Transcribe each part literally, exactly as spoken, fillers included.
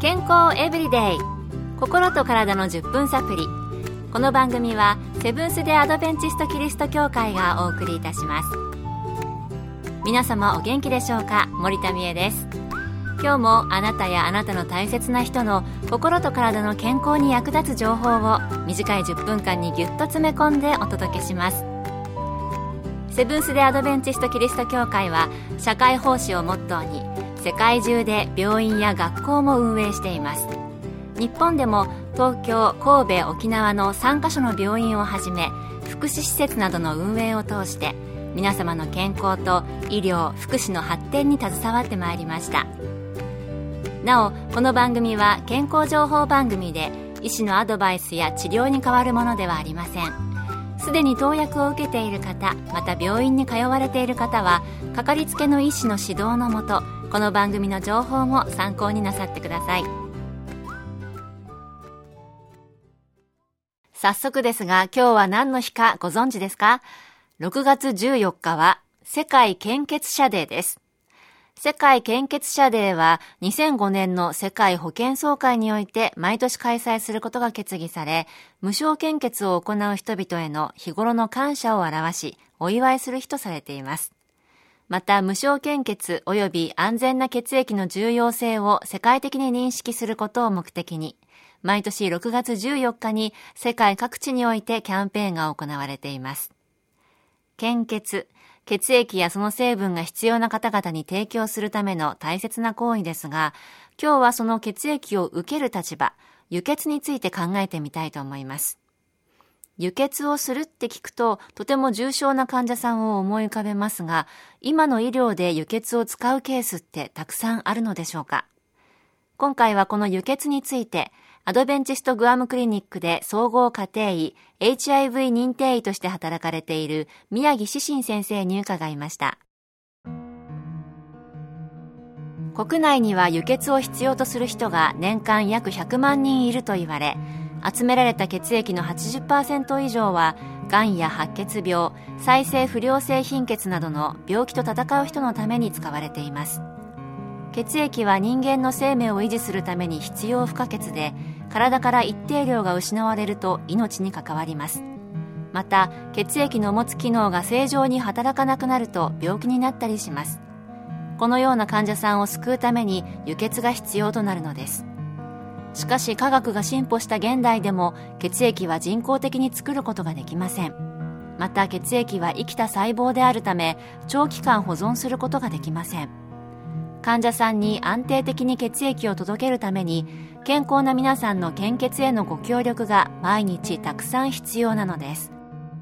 健康エブリデイ、心と体のじゅっぷんサプリ。この番組はセブンス・デ・アドベンチスト・キリスト教会がお送りいたします。皆様お元気でしょうか。森田美恵です。今日もあなたやあなたの大切な人の心と体の健康に役立つ情報を短いじゅっぷんかんにぎゅっと詰め込んでお届けします。セブンス・デ・アドベンチスト・キリスト教会は社会奉仕をモットーに世界中で病院や学校も運営しています。日本でも東京、神戸、沖縄のさんカ所の病院をはじめ福祉施設などの運営を通して皆様の健康と医療・福祉の発展に携わってまいりました。なお、この番組は健康情報番組で医師のアドバイスや治療に代わるものではありません。すでに投薬を受けている方、また病院に通われている方はかかりつけの医師の指導のもと、この番組の情報も参考になさってください。早速ですが、今日は何の日かご存知ですか？ろくがつじゅうよっかは世界献血者デーです。世界献血者デーはにせんごねんの世界保健総会において毎年開催することが決議され、無償献血を行う人々への日頃の感謝を表し、お祝いする日とされています。また、無償献血及び安全な血液の重要性を世界的に認識することを目的に、毎年ろくがつじゅうよっかに世界各地においてキャンペーンが行われています。献血、血液やその成分が必要な方々に提供するための大切な行為ですが、今日はその血液を受ける立場、輸血について考えてみたいと思います。輸血をするって聞くと、とても重症な患者さんを思い浮かべますが、今の医療で輸血を使うケースってたくさんあるのでしょうか。今回はこの輸血について、アドベンチストグアムクリニックで総合家庭医、エイチアイブイ 認定医として働かれている宮城志信先生に伺いました。国内には輸血を必要とする人が年間約ひゃくまんにんいると言われ、集められた血液の はちじゅっパーセント 以上は、がんや白血病、再生不良性貧血などの病気と闘う人のために使われています。血液は人間の生命を維持するために必要不可欠で、体から一定量が失われると命に関わります。また、血液の持つ機能が正常に働かなくなると病気になったりします。このような患者さんを救うために輸血が必要となるのです。しかし科学が進歩した現代でも血液は人工的に作ることができません。また血液は生きた細胞であるため長期間保存することができません。患者さんに安定的に血液を届けるために健康な皆さんの献血へのご協力が毎日たくさん必要なのです。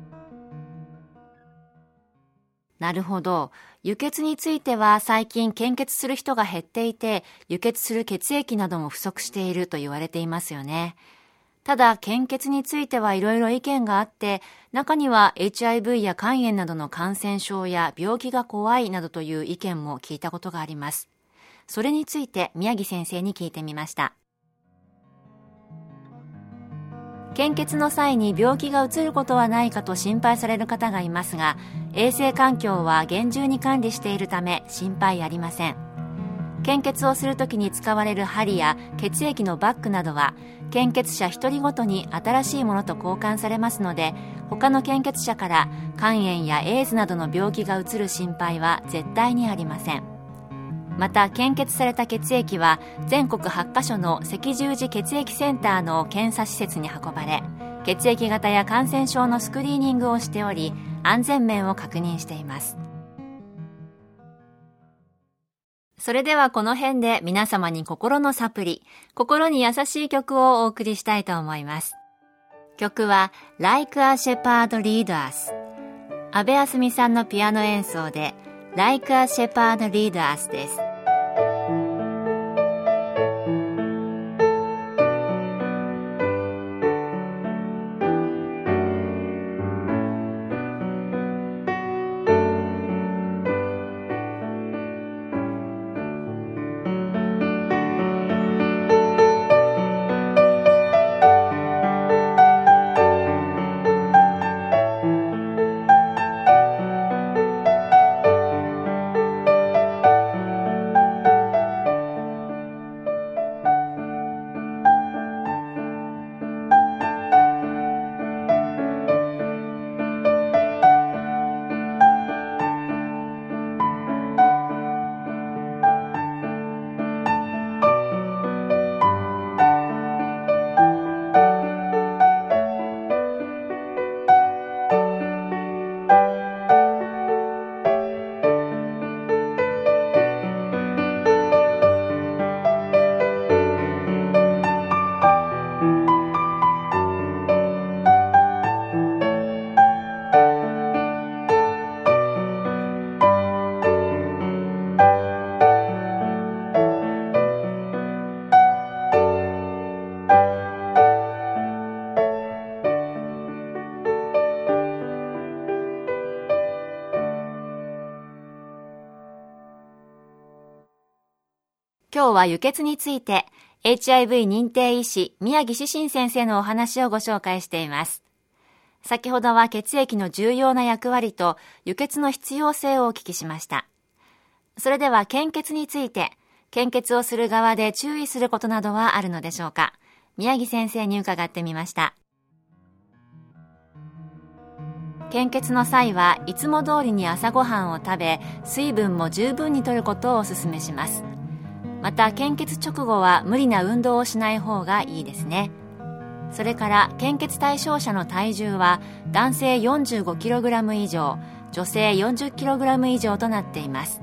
なるほど。輸血については最近献血する人が減っていて、輸血する血液なども不足していると言われていますよね。ただ、献血についてはいろいろ意見があって、中には エイチアイブイ や肝炎などの感染症や病気が怖いなどという意見も聞いたことがあります。それについて宮城先生に聞いてみました。献血の際に病気がうつることはないかと心配される方がいますが、衛生環境は厳重に管理しているため心配ありません。献血をするときに使われる針や血液のバッグなどは献血者一人ごとに新しいものと交換されますので、他の献血者から肝炎やエイズなどの病気がうつる心配は絶対にありません。また、献血された血液は全国はちカ所の赤十字血液センターの検査施設に運ばれ、血液型や感染症のスクリーニングをしており、安全面を確認しています。それではこの辺で皆様に心のサプリ、心に優しい曲をお送りしたいと思います。曲は Like a Shepherd Lead Us。阿部あすみさんのピアノ演奏でLike a Shepherd Lead Us です。 今日は輸血について エイチアイブイ 認定医師宮城志信先生のお話をご紹介しています。先ほどは血液の重要な役割と輸血の必要性をお聞きしました。それでは献血について、献血をする側で注意することなどはあるのでしょうか。宮城先生に伺ってみました。献血の際はいつも通りに朝ごはんを食べ、水分も十分に摂ることをお勧めします。また献血直後は無理な運動をしない方がいいですね。それから献血対象者の体重は男性 よんじゅうごキログラム 以上、女性 よんじゅっキログラム 以上となっています。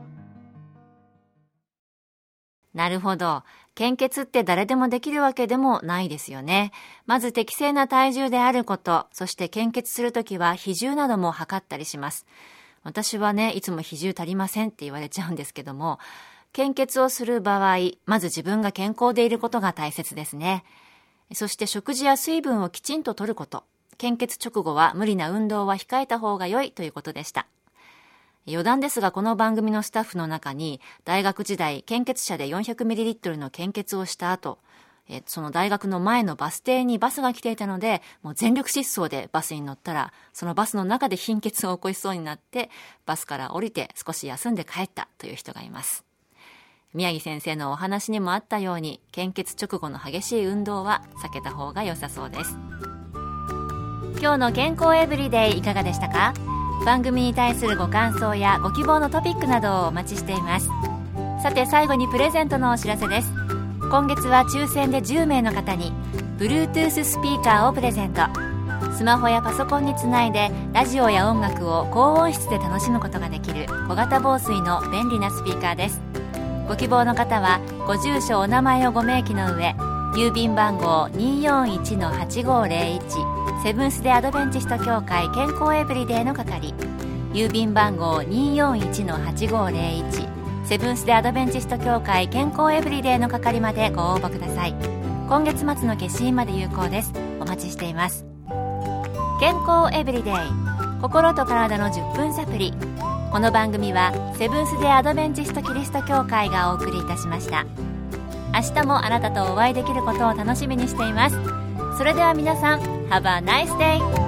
なるほど。献血って誰でもできるわけでもないですよね。まず適正な体重であること、そして献血するときは比重なども測ったりします。私はね、いつも比重足りませんって言われちゃうんですけども、献血をする場合、まず自分が健康でいることが大切ですね。そして食事や水分をきちんと摂ること。献血直後は無理な運動は控えた方が良いということでした。余談ですが、この番組のスタッフの中に大学時代献血車で よんひゃくミリリットル の献血をした後、その大学の前のバス停にバスが来ていたので、もう全力疾走でバスに乗ったら、そのバスの中で貧血を起こしそうになってバスから降りて少し休んで帰ったという人がいます。宮城先生のお話にもあったように、献血直後の激しい運動は避けた方が良さそうです。今日の健康エブリデイいかがでしたか？番組に対するご感想やご希望のトピックなどをお待ちしています。さて最後にプレゼントのお知らせです。今月は抽選でじゅうめいの方に Bluetooth スピーカーをプレゼント。スマホやパソコンにつないでラジオや音楽を高音質で楽しむことができる小型防水の便利なスピーカーです。ご希望の方はご住所お名前をご明記の上、郵便番号 にーよんいちのはちごーぜろいち セブンス・デ・アドベンチスト協会健康エブリデイの係、郵便番号 にーよんいちのはちごーぜろいち セブンス・デ・アドベンチスト協会健康エブリデイの係までご応募ください。今月末の消印まで有効です。お待ちしています。健康エブリデイ、心と体のじゅっぷんサプリ。この番組はセブンス・デ・アドベンチスト・キリスト教会がお送りいたしました。明日もあなたとお会いできることを楽しみにしています。それでは皆さん、Have a nice day!